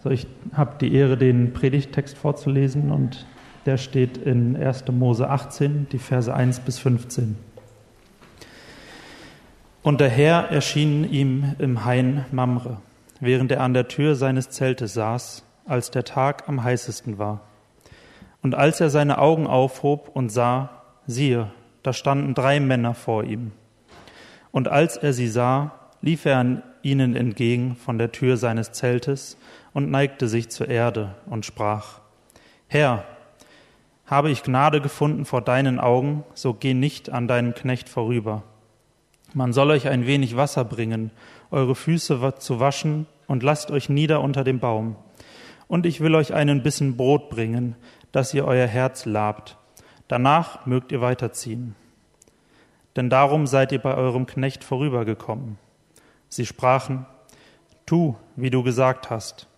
Ich habe die Ehre, den Predigttext vorzulesen, und der steht in 1. Mose 18, die Verse 1 bis 15. Und der Herr erschien ihm im Hain Mamre, während er an der Tür seines Zeltes saß, als der Tag am heißesten war. Und als er seine Augen aufhob und sah, siehe, da standen 3 Männer vor ihm. Und als er sie sah, lief er an ihnen entgegen von der Tür seines Zeltes und neigte sich zur Erde und sprach: Herr, habe ich Gnade gefunden vor deinen Augen, so geh nicht an deinen Knecht vorüber. Man soll euch ein wenig Wasser bringen, eure Füße zu waschen, und lasst euch nieder unter dem Baum. Und ich will euch einen Bissen Brot bringen, dass ihr euer Herz labt. Danach mögt ihr weiterziehen. Denn darum seid ihr bei eurem Knecht vorübergekommen. Sie sprachen: Tu, wie du gesagt hast.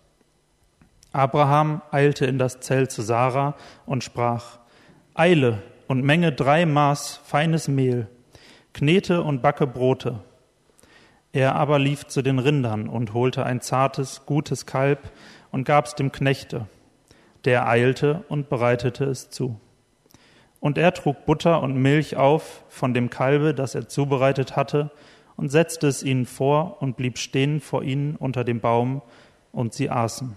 Abraham eilte in das Zelt zu Sarah und sprach: Eile und menge 3 Maß feines Mehl, knete und backe Brote. Er aber lief zu den Rindern und holte ein zartes, gutes Kalb und gab's dem Knechte. Der eilte und bereitete es zu. Und er trug Butter und Milch auf von dem Kalbe, das er zubereitet hatte, und setzte es ihnen vor und blieb stehen vor ihnen unter dem Baum, und sie aßen.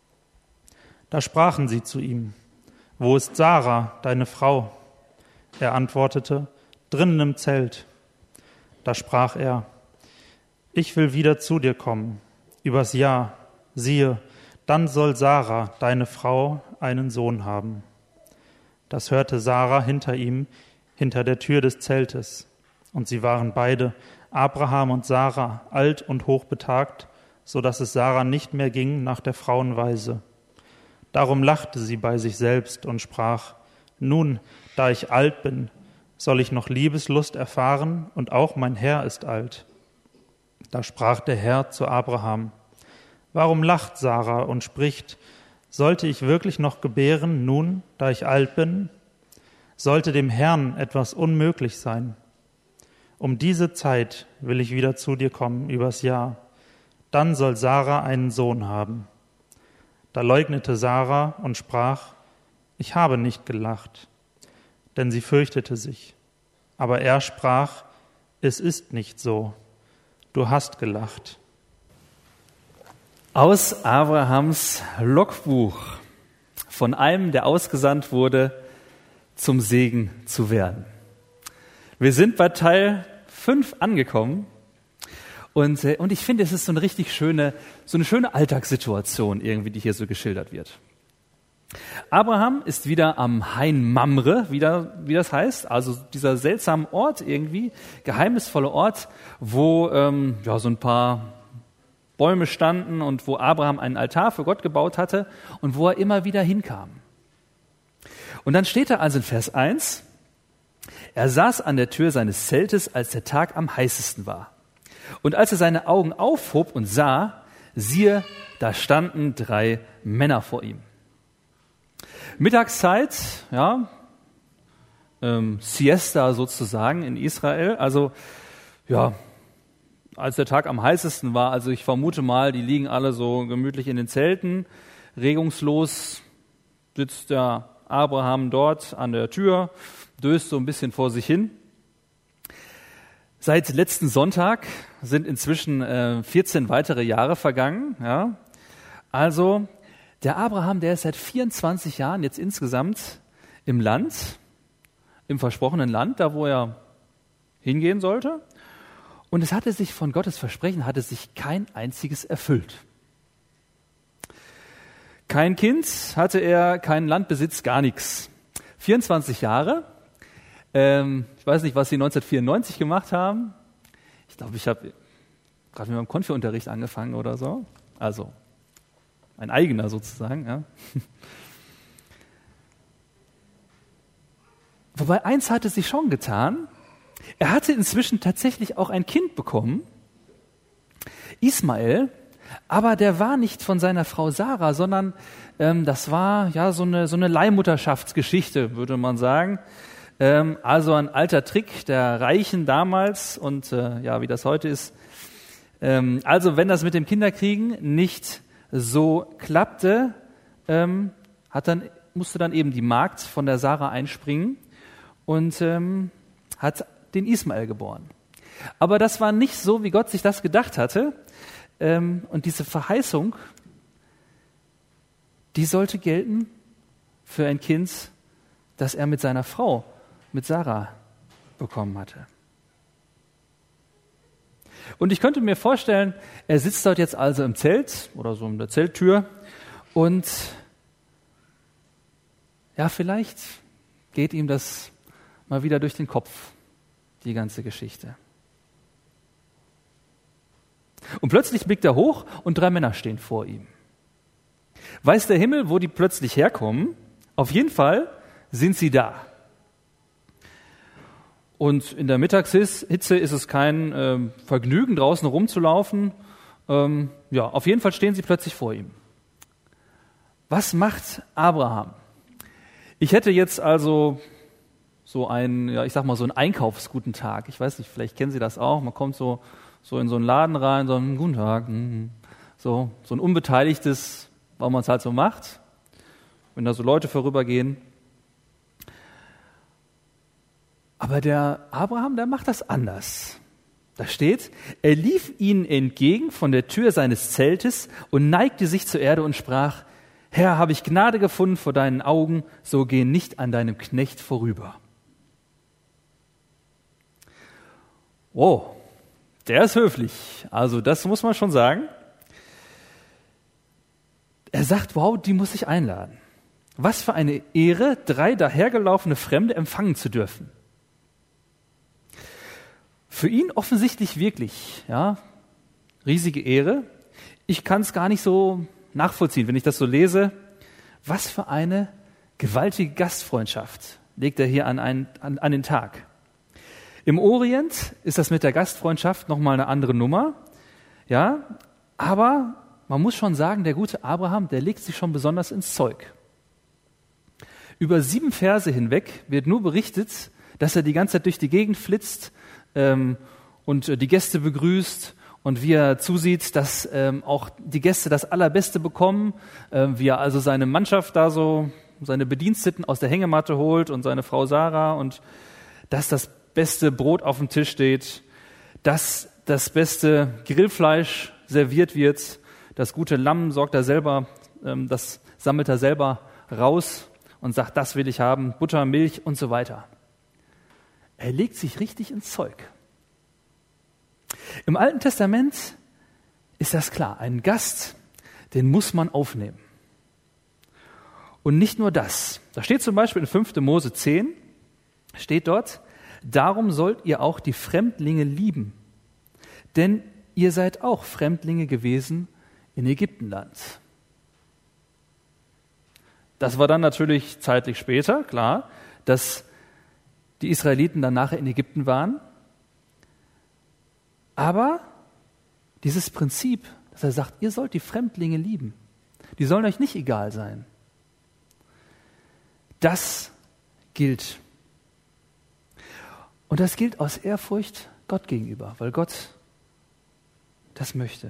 Da sprachen sie zu ihm: Wo ist Sarah, deine Frau? Er antwortete: Drinnen im Zelt. Da sprach er: Ich will wieder zu dir kommen, übers Jahr, siehe, dann soll Sarah, deine Frau, einen Sohn haben. Das hörte Sarah hinter ihm, hinter der Tür des Zeltes. Und sie waren beide, Abraham und Sarah, alt und hochbetagt, so dass es Sarah nicht mehr ging nach der Frauenweise. Darum lachte sie bei sich selbst und sprach: Nun, da ich alt bin, soll ich noch Liebeslust erfahren, und auch mein Herr ist alt. Da sprach der Herr zu Abraham: Warum lacht Sarah und spricht: Sollte ich wirklich noch gebären, nun, da ich alt bin? Sollte dem Herrn etwas unmöglich sein? Um diese Zeit will ich wieder zu dir kommen, übers Jahr. Dann soll Sarah einen Sohn haben. Da leugnete Sarah und sprach: Ich habe nicht gelacht, denn sie fürchtete sich. Aber er sprach: Es ist nicht so. Du hast gelacht. Aus Abrahams Logbuch, von einem, der ausgesandt wurde, zum Segen zu werden. Wir sind bei Teil 5 angekommen, und ich finde, es ist so eine schöne Alltagssituation irgendwie, die hier so geschildert wird. Abraham ist wieder am Hain Mamre, wie das heißt, also dieser seltsame Ort irgendwie, geheimnisvolle Ort, wo so ein paar Bäume standen und wo Abraham einen Altar für Gott gebaut hatte und wo er immer wieder hinkam. Und dann steht da also in Vers 1, er saß an der Tür seines Zeltes, als der Tag am heißesten war. Und als er seine Augen aufhob und sah, siehe, da standen 3 Männer vor ihm. Mittagszeit, Siesta sozusagen in Israel, also als der Tag am heißesten war, also ich vermute mal, die liegen alle so gemütlich in den Zelten, regungslos sitzt der Abraham dort an der Tür, döst so ein bisschen vor sich hin. Seit letzten Sonntag sind inzwischen 14 weitere Jahre vergangen. Ja. Also der Abraham, der ist seit 24 Jahren jetzt insgesamt im Land, im versprochenen Land, da wo er hingehen sollte. Und es hatte sich von Gottes Versprechen kein einziges erfüllt. Kein Kind hatte er, keinen Landbesitz, gar nichts. 24 Jahre. Ich weiß nicht, was sie 1994 gemacht haben. Ich glaube, ich habe gerade mit meinem Konfi-Unterricht angefangen oder so. Also ein eigener sozusagen. Ja. Wobei eins hatte sich schon getan. Er hatte inzwischen tatsächlich auch ein Kind bekommen, Ismael, aber der war nicht von seiner Frau Sarah, sondern das war so eine Leihmutterschaftsgeschichte, würde man sagen. Also ein alter Trick der Reichen damals und wie das heute ist. Also wenn das mit dem Kinderkriegen nicht so klappte, musste dann eben die Magd von der Sarah einspringen und hat den Ismael geboren. Aber das war nicht so, wie Gott sich das gedacht hatte. Und diese Verheißung, die sollte gelten für ein Kind, das er mit seiner Frau, mit Sarah, bekommen hatte. Und ich könnte mir vorstellen, er sitzt dort jetzt also im Zelt oder so in der Zelttür und ja, vielleicht geht ihm das mal wieder durch den Kopf, die ganze Geschichte. Und plötzlich blickt er hoch und 3 Männer stehen vor ihm. Weiß der Himmel, wo die plötzlich herkommen? Auf jeden Fall sind sie da. Und in der Mittagshitze ist es kein Vergnügen, draußen rumzulaufen. Auf jeden Fall stehen sie plötzlich vor ihm. Was macht Abraham? Ich hätte jetzt also so einen Einkaufsguten Tag. Ich weiß nicht, vielleicht kennen Sie das auch. Man kommt so in so einen Laden rein, so einen guten Tag, so ein unbeteiligtes, weil man es halt so macht, wenn da so Leute vorübergehen. Aber der Abraham, der macht das anders. Da steht, er lief ihnen entgegen von der Tür seines Zeltes und neigte sich zur Erde und sprach, Herr, habe ich Gnade gefunden vor deinen Augen, so geh nicht an deinem Knecht vorüber. Wow, der ist höflich. Also das muss man schon sagen. Er sagt, wow, die muss ich einladen. Was für eine Ehre, 3 dahergelaufene Fremde empfangen zu dürfen. Für ihn offensichtlich wirklich, ja, riesige Ehre. Ich kann es gar nicht so nachvollziehen, wenn ich das so lese. Was für eine gewaltige Gastfreundschaft legt er hier an den Tag. Im Orient ist das mit der Gastfreundschaft nochmal eine andere Nummer. Ja, aber man muss schon sagen, der gute Abraham, der legt sich schon besonders ins Zeug. Über 7 Verse hinweg wird nur berichtet, dass er die ganze Zeit durch die Gegend flitzt und die Gäste begrüßt und wie er zusieht, dass auch die Gäste das Allerbeste bekommen, wie er also seine Mannschaft da so, seine Bediensteten aus der Hängematte holt und seine Frau Sarah und dass das beste Brot auf dem Tisch steht, dass das beste Grillfleisch serviert wird, das gute Lamm das sammelt er selber raus und sagt, das will ich haben, Butter, Milch und so weiter. Er legt sich richtig ins Zeug. Im Alten Testament ist das klar. Einen Gast, den muss man aufnehmen. Und nicht nur das. Da steht zum Beispiel in 5. Mose 10, steht dort, darum sollt ihr auch die Fremdlinge lieben, denn ihr seid auch Fremdlinge gewesen in Ägyptenland. Das war dann natürlich zeitlich später, klar, dass die Israeliten dann nachher in Ägypten waren. Aber dieses Prinzip, dass er sagt, ihr sollt die Fremdlinge lieben, die sollen euch nicht egal sein, das gilt. Und das gilt aus Ehrfurcht Gott gegenüber, weil Gott das möchte.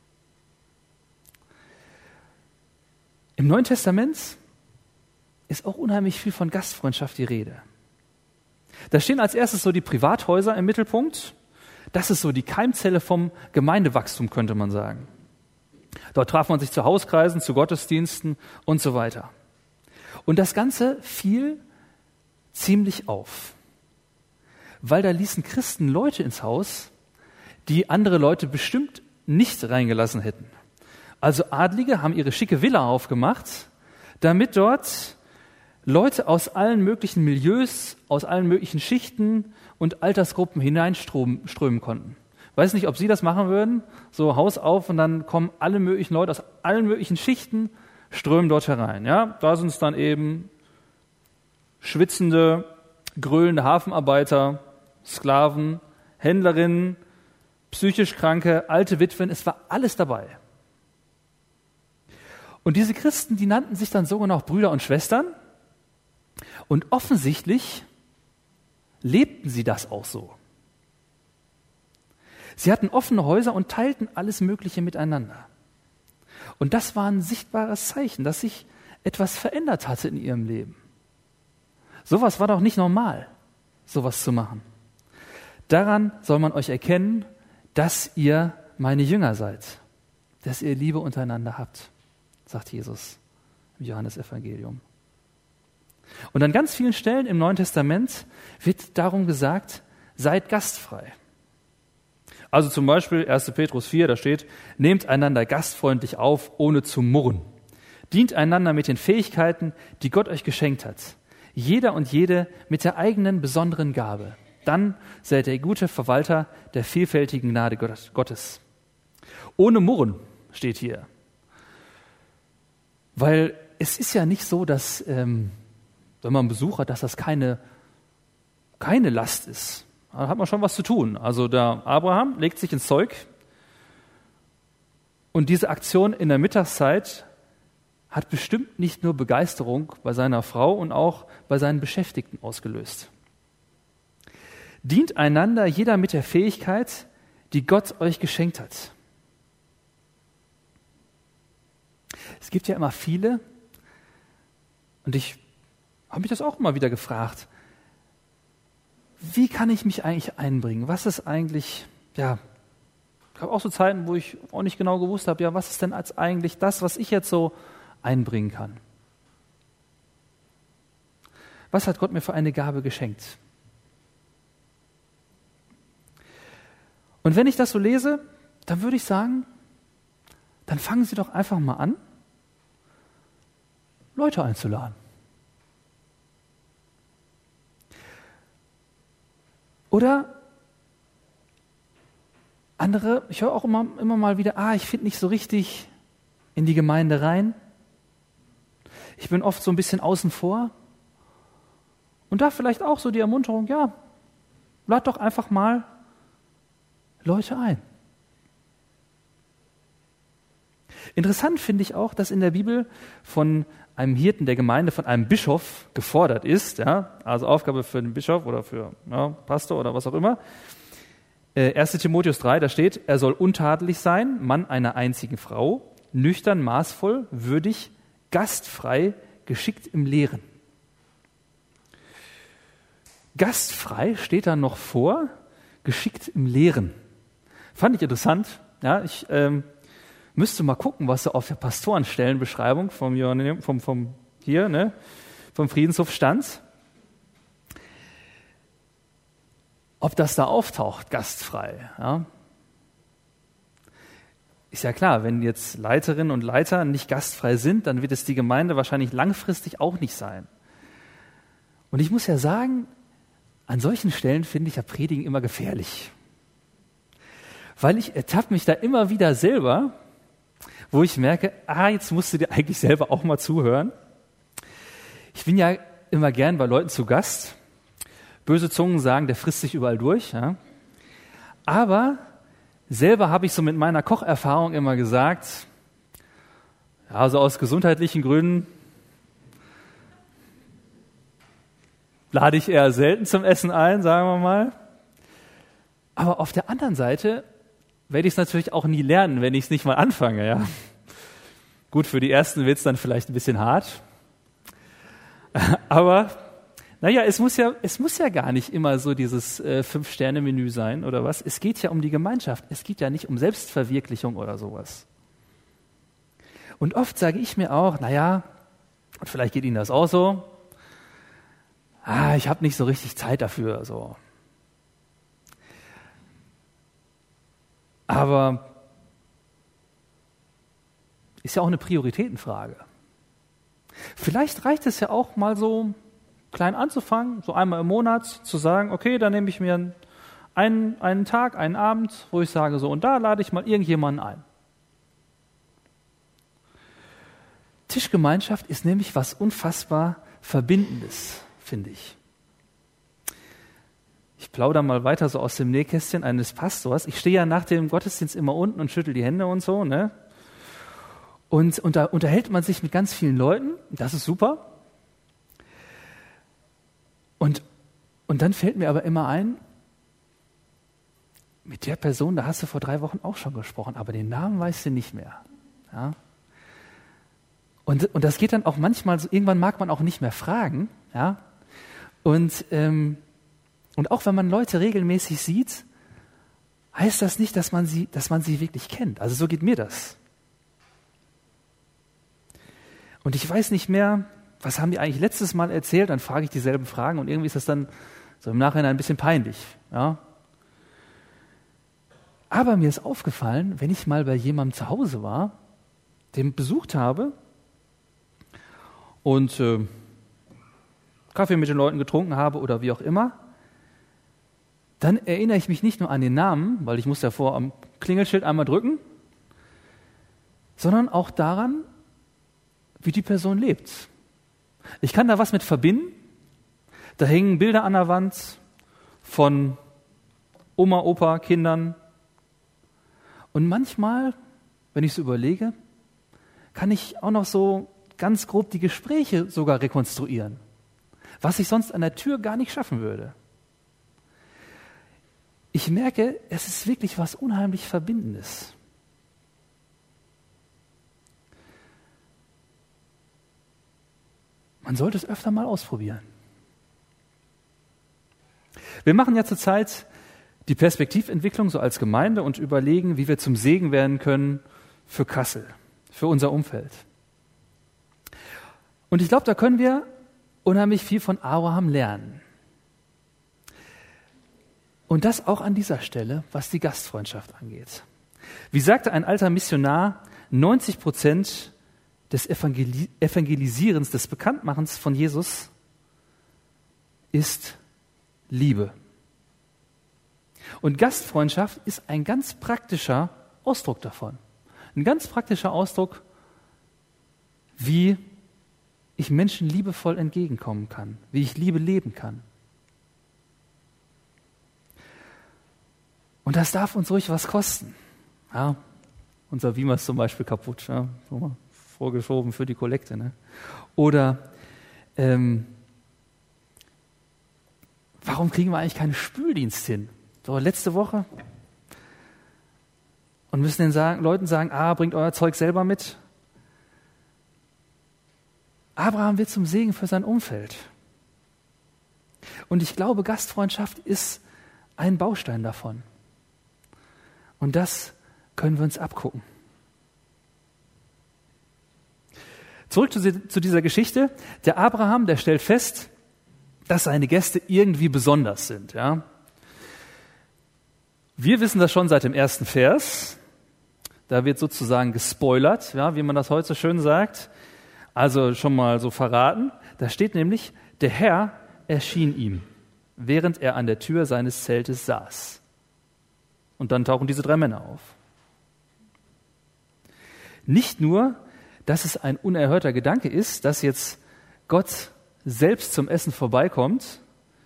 Im Neuen Testament ist auch unheimlich viel von Gastfreundschaft die Rede. Da stehen als erstes so die Privathäuser im Mittelpunkt. Das ist so die Keimzelle vom Gemeindewachstum, könnte man sagen. Dort traf man sich zu Hauskreisen, zu Gottesdiensten und so weiter. Und das Ganze fiel ziemlich auf, weil da ließen Christen Leute ins Haus, die andere Leute bestimmt nicht reingelassen hätten. Also Adlige haben ihre schicke Villa aufgemacht, damit dort Leute aus allen möglichen Milieus, aus allen möglichen Schichten und Altersgruppen hineinströmen konnten. Weiß nicht, ob Sie das machen würden, so Haus auf und dann kommen alle möglichen Leute aus allen möglichen Schichten, strömen dort herein. Ja, da sind es dann eben schwitzende, gröhlende Hafenarbeiter, Sklaven, Händlerinnen, psychisch Kranke, alte Witwen, es war alles dabei. Und diese Christen, die nannten sich dann sogar noch Brüder und Schwestern. Und offensichtlich lebten sie das auch so. Sie hatten offene Häuser und teilten alles Mögliche miteinander. Und das war ein sichtbares Zeichen, dass sich etwas verändert hatte in ihrem Leben. Sowas war doch nicht normal, sowas zu machen. Daran soll man euch erkennen, dass ihr meine Jünger seid, dass ihr Liebe untereinander habt, sagt Jesus im Johannesevangelium. Und an ganz vielen Stellen im Neuen Testament wird darum gesagt, seid gastfrei. Also zum Beispiel 1. Petrus 4, da steht, nehmt einander gastfreundlich auf, ohne zu murren. Dient einander mit den Fähigkeiten, die Gott euch geschenkt hat. Jeder und jede mit der eigenen besonderen Gabe. Dann seid ihr gute Verwalter der vielfältigen Gnade Gottes. Ohne Murren steht hier. Weil es ist ja nicht so, dass, wenn man Besuch hat, dass das keine Last ist. Da hat man schon was zu tun. Also der Abraham legt sich ins Zeug und diese Aktion in der Mittagszeit hat bestimmt nicht nur Begeisterung bei seiner Frau und auch bei seinen Beschäftigten ausgelöst. Dient einander jeder mit der Fähigkeit, die Gott euch geschenkt hat. Es gibt ja immer viele, und ich habe mich das auch immer wieder gefragt, wie kann ich mich eigentlich einbringen? Was ist eigentlich, ja, ich habe auch so Zeiten, wo ich auch nicht genau gewusst habe, ja, was ist denn als eigentlich das, was ich jetzt so einbringen kann? Was hat Gott mir für eine Gabe geschenkt? Und wenn ich das so lese, dann würde ich sagen, dann fangen Sie doch einfach mal an, Leute einzuladen. Oder andere, ich höre auch immer mal wieder, ich finde nicht so richtig in die Gemeinde rein. Ich bin oft so ein bisschen außen vor. Und da vielleicht auch so die Ermunterung, ja, lad doch einfach mal Leute ein. Interessant finde ich auch, dass in der Bibel von einem Hirten der Gemeinde, von einem Bischof gefordert ist, ja, also Aufgabe für den Bischof oder für Pastor oder was auch immer. 1. Timotheus 3, da steht, er soll untadelig sein, Mann einer einzigen Frau, nüchtern, maßvoll, würdig, gastfrei, geschickt im Lehren. Gastfrei steht da noch vor, geschickt im Lehren. Fand ich interessant. Ja, ich müsste mal gucken, was so auf der Pastorenstellenbeschreibung vom Friedenshof stand. Ob das da auftaucht, gastfrei. Ja. Ist ja klar, wenn jetzt Leiterinnen und Leiter nicht gastfrei sind, dann wird es die Gemeinde wahrscheinlich langfristig auch nicht sein. Und ich muss ja sagen, an solchen Stellen finde ich ja Predigen immer gefährlich. Weil ich ertappe mich da immer wieder selber, wo ich merke, jetzt musst du dir eigentlich selber auch mal zuhören. Ich bin ja immer gern bei Leuten zu Gast. Böse Zungen sagen, der frisst sich überall durch. Ja. Aber selber habe ich so mit meiner Kocherfahrung immer gesagt, ja, so aus gesundheitlichen Gründen lade ich eher selten zum Essen ein, sagen wir mal. Aber auf der anderen Seite werde ich es natürlich auch nie lernen, wenn ich es nicht mal anfange. Ja. Gut, für die Ersten wird es dann vielleicht ein bisschen hart. Aber naja, es muss ja gar nicht immer so dieses 5-Sterne-Menü sein oder was. Es geht ja um die Gemeinschaft. Es geht ja nicht um Selbstverwirklichung oder sowas. Und oft sage ich mir auch, und vielleicht geht Ihnen das auch so, ich habe nicht so richtig Zeit dafür. So. Aber ist ja auch eine Prioritätenfrage. Vielleicht reicht es ja auch mal so klein anzufangen, so einmal im Monat zu sagen, okay, dann nehme ich mir einen Tag, einen Abend, wo ich sage, so und da lade ich mal irgendjemanden ein. Tischgemeinschaft ist nämlich was unfassbar Verbindendes, finde ich. Ich plaudere mal weiter so aus dem Nähkästchen eines Pastors. Ich stehe ja nach dem Gottesdienst immer unten und schüttel die Hände und so, ne? Und da unterhält man sich mit ganz vielen Leuten, das ist super. Und dann fällt mir aber immer ein, mit der Person, da hast du vor 3 Wochen auch schon gesprochen, aber den Namen weißt du nicht mehr. Ja? Und das geht dann auch manchmal so, irgendwann mag man auch nicht mehr fragen, ja. Und auch wenn man Leute regelmäßig sieht, heißt das nicht, dass man sie wirklich kennt. Also so geht mir das. Und ich weiß nicht mehr, was haben die eigentlich letztes Mal erzählt, dann frage ich dieselben Fragen und irgendwie ist das dann so im Nachhinein ein bisschen peinlich, ja. Aber mir ist aufgefallen, wenn ich mal bei jemandem zu Hause war, den besucht habe und Kaffee mit den Leuten getrunken habe oder wie auch immer, dann erinnere ich mich nicht nur an den Namen, weil ich muss davor am Klingelschild einmal drücken, sondern auch daran, wie die Person lebt. Ich kann da was mit verbinden. Da hängen Bilder an der Wand von Oma, Opa, Kindern. Und manchmal, wenn ich so überlege, kann ich auch noch so ganz grob die Gespräche sogar rekonstruieren, was ich sonst an der Tür gar nicht schaffen würde. Ich merke, es ist wirklich was unheimlich Verbindendes. Man sollte es öfter mal ausprobieren. Wir machen ja zurzeit die Perspektiventwicklung so als Gemeinde und überlegen, wie wir zum Segen werden können für Kassel, für unser Umfeld. Und ich glaube, da können wir unheimlich viel von Abraham lernen. Und das auch an dieser Stelle, was die Gastfreundschaft angeht. Wie sagte ein alter Missionar, 90% des Evangelisierens, des Bekanntmachens von Jesus ist Liebe. Und Gastfreundschaft ist ein ganz praktischer Ausdruck davon. Ein ganz praktischer Ausdruck, wie ich Menschen liebevoll entgegenkommen kann, wie ich Liebe leben kann. Und das darf uns ruhig was kosten. Ja, unser Beamer ist zum Beispiel kaputt, ja, vorgeschoben für die Kollekte. Ne? Oder warum kriegen wir eigentlich keinen Spüldienst hin? So, letzte Woche. Und müssen den Leuten sagen, bringt euer Zeug selber mit. Abraham wird zum Segen für sein Umfeld. Und ich glaube, Gastfreundschaft ist ein Baustein davon. Und das können wir uns abgucken. Zurück zu dieser Geschichte. Der Abraham, der stellt fest, dass seine Gäste irgendwie besonders sind. Ja? Wir wissen das schon seit dem ersten Vers. Da wird sozusagen gespoilert, ja, wie man das heute so schön sagt. Also schon mal so verraten. Da steht nämlich, der Herr erschien ihm, während er an der Tür seines Zeltes saß. Und dann tauchen diese 3 Männer auf. Nicht nur, dass es ein unerhörter Gedanke ist, dass jetzt Gott selbst zum Essen vorbeikommt,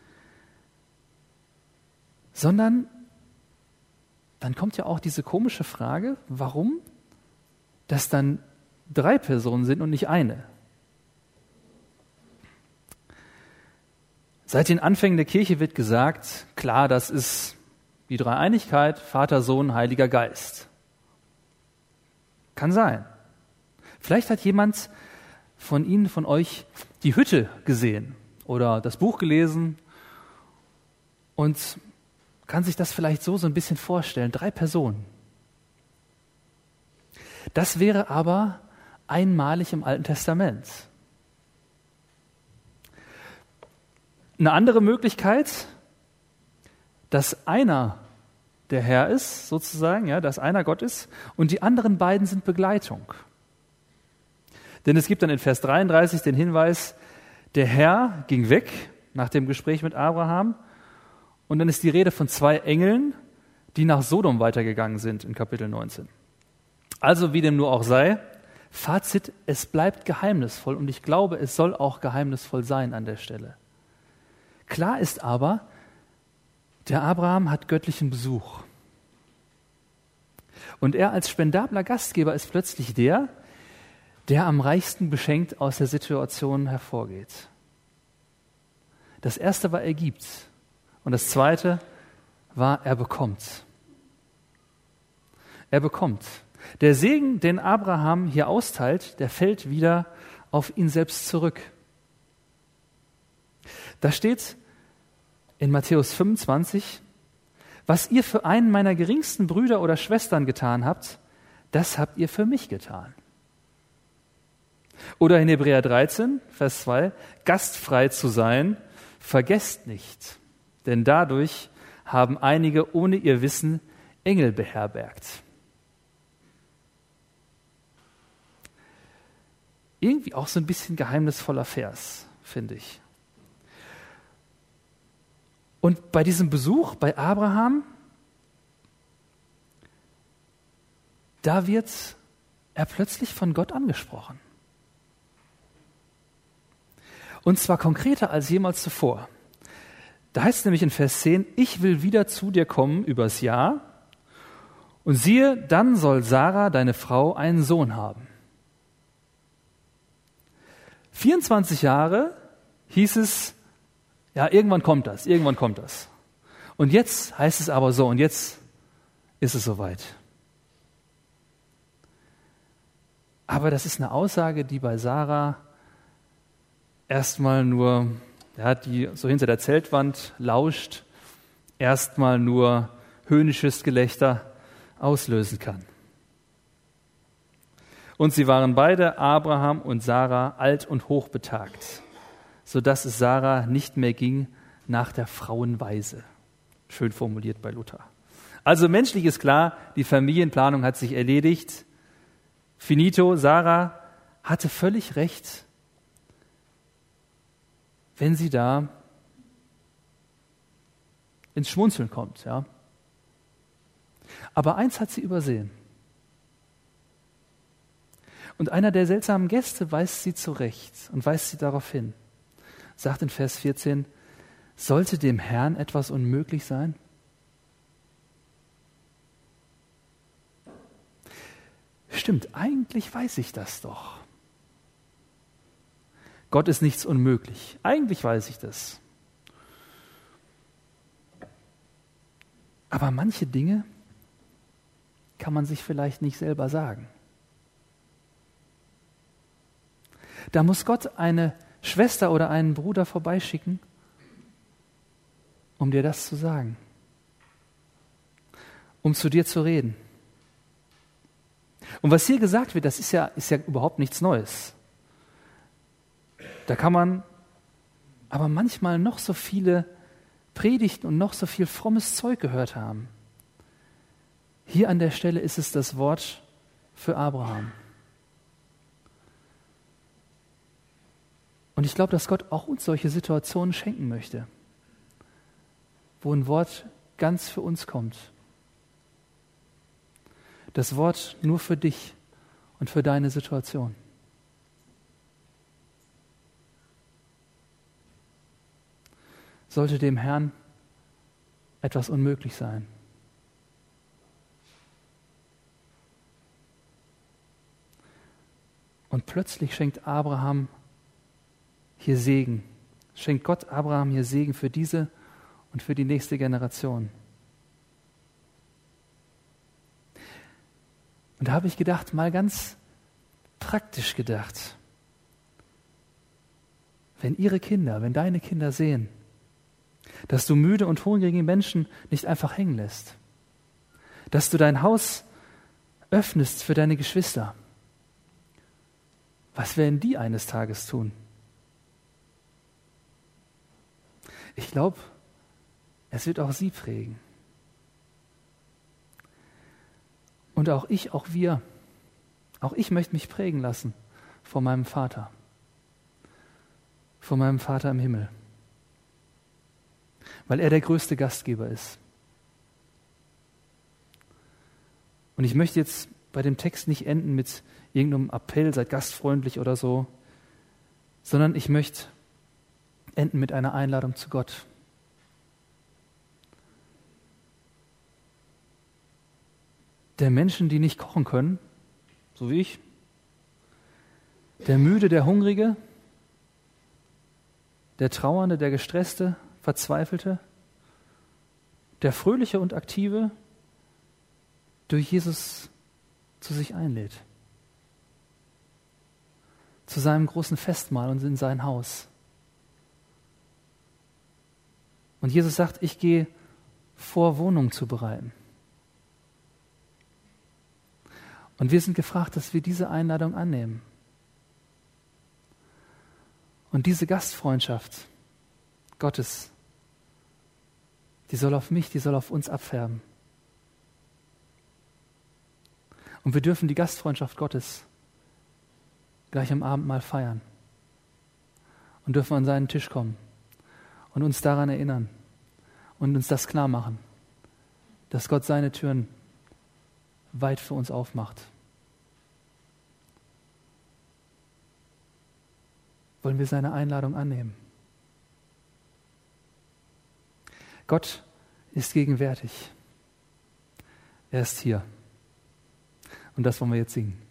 sondern dann kommt ja auch diese komische Frage, warum das dann 3 Personen sind und nicht eine. Seit den Anfängen der Kirche wird gesagt, klar, das ist die Dreieinigkeit, Vater, Sohn, Heiliger Geist. Kann sein. Vielleicht hat jemand von Ihnen, von euch, die Hütte gesehen oder das Buch gelesen und kann sich das vielleicht so ein bisschen vorstellen. 3 Personen. Das wäre aber einmalig im Alten Testament. Eine andere Möglichkeit, dass einer der Herr ist, sozusagen, ja, dass einer Gott ist und die anderen beiden sind Begleitung. Denn es gibt dann in Vers 33 den Hinweis, der Herr ging weg nach dem Gespräch mit Abraham und dann ist die Rede von 2 Engeln, die nach Sodom weitergegangen sind in Kapitel 19. Also wie dem nur auch sei, Fazit, es bleibt geheimnisvoll und ich glaube, es soll auch geheimnisvoll sein an der Stelle. Klar ist aber, der Abraham hat göttlichen Besuch. Und er als spendabler Gastgeber ist plötzlich der am reichsten beschenkt aus der Situation hervorgeht. Das erste war, er gibt. Und das zweite war, er bekommt. Er bekommt. Der Segen, den Abraham hier austeilt, der fällt wieder auf ihn selbst zurück. Da steht in Matthäus 25, was ihr für einen meiner geringsten Brüder oder Schwestern getan habt, das habt ihr für mich getan. Oder in Hebräer 13, Vers 2, gastfrei zu sein, vergesst nicht, denn dadurch haben einige ohne ihr Wissen Engel beherbergt. Irgendwie auch so ein bisschen geheimnisvoller Vers, finde ich. Und bei diesem Besuch bei Abraham, da wird er plötzlich von Gott angesprochen. Und zwar konkreter als jemals zuvor. Da heißt es nämlich in Vers 10, ich will wieder zu dir kommen übers Jahr und siehe, dann soll Sarah, deine Frau, einen Sohn haben. 24 Jahre hieß es, ja, irgendwann kommt das. Und jetzt heißt es aber so, und jetzt ist es soweit. Aber das ist eine Aussage, die bei Sarah erstmal nur, ja, die so hinter der Zeltwand lauscht, erstmal nur höhnisches Gelächter auslösen kann. Und sie waren beide, Abraham und Sarah, alt und hochbetagt, sodass es Sarah nicht mehr ging nach der Frauenweise. Schön formuliert bei Luther. Also menschlich ist klar, die Familienplanung hat sich erledigt. Finito, Sarah hatte völlig recht, wenn sie da ins Schmunzeln kommt. Ja. Aber eins hat sie übersehen. Und einer der seltsamen Gäste weist sie zurecht und weist sie darauf hin. Sagt in Vers 14, sollte dem Herrn etwas unmöglich sein? Stimmt, eigentlich weiß ich das doch. Gott ist nichts unmöglich. Eigentlich weiß ich das. Aber manche Dinge kann man sich vielleicht nicht selber sagen. Da muss Gott eine Schwester oder einen Bruder vorbeischicken, um dir das zu sagen, um zu dir zu reden. Und was hier gesagt wird, das ist ja überhaupt nichts Neues. Da kann man aber manchmal noch so viele Predigten und noch so viel frommes Zeug gehört haben. Hier an der Stelle ist es das Wort für Abraham. Und ich glaube, dass Gott auch uns solche Situationen schenken möchte, wo ein Wort ganz für uns kommt. Das Wort nur für dich und für deine Situation. Sollte dem Herrn etwas unmöglich sein? Und plötzlich schenkt Abraham hier Segen. Schenkt Gott Abraham hier Segen für diese und für die nächste Generation. Und da habe ich gedacht, mal ganz praktisch gedacht, wenn deine Kinder sehen, dass du müde und hungrige Menschen nicht einfach hängen lässt, dass du dein Haus öffnest für deine Geschwister, was werden die eines Tages tun? Ich glaube, es wird auch sie prägen. Und auch wir, auch ich möchte mich prägen lassen von meinem Vater im Himmel, weil er der größte Gastgeber ist. Und ich möchte jetzt bei dem Text nicht enden mit irgendeinem Appell, seid gastfreundlich oder so, sondern ich möchte enden mit einer Einladung zu Gott. Der Menschen, die nicht kochen können, so wie ich, der Müde, der Hungrige, der Trauernde, der Gestresste, Verzweifelte, der Fröhliche und Aktive, durch Jesus zu sich einlädt. Zu seinem großen Festmahl und in sein Haus. Und Jesus sagt, ich gehe vor, Wohnung zu bereiten. Und wir sind gefragt, dass wir diese Einladung annehmen. Und diese Gastfreundschaft Gottes, die soll auf mich, die soll auf uns abfärben. Und wir dürfen die Gastfreundschaft Gottes gleich am Abendmahl feiern. Und dürfen an seinen Tisch kommen und uns daran erinnern und uns das klar machen, dass Gott seine Türen weit für uns aufmacht. Wollen wir seine Einladung annehmen? Gott ist gegenwärtig. Er ist hier. Und das wollen wir jetzt singen.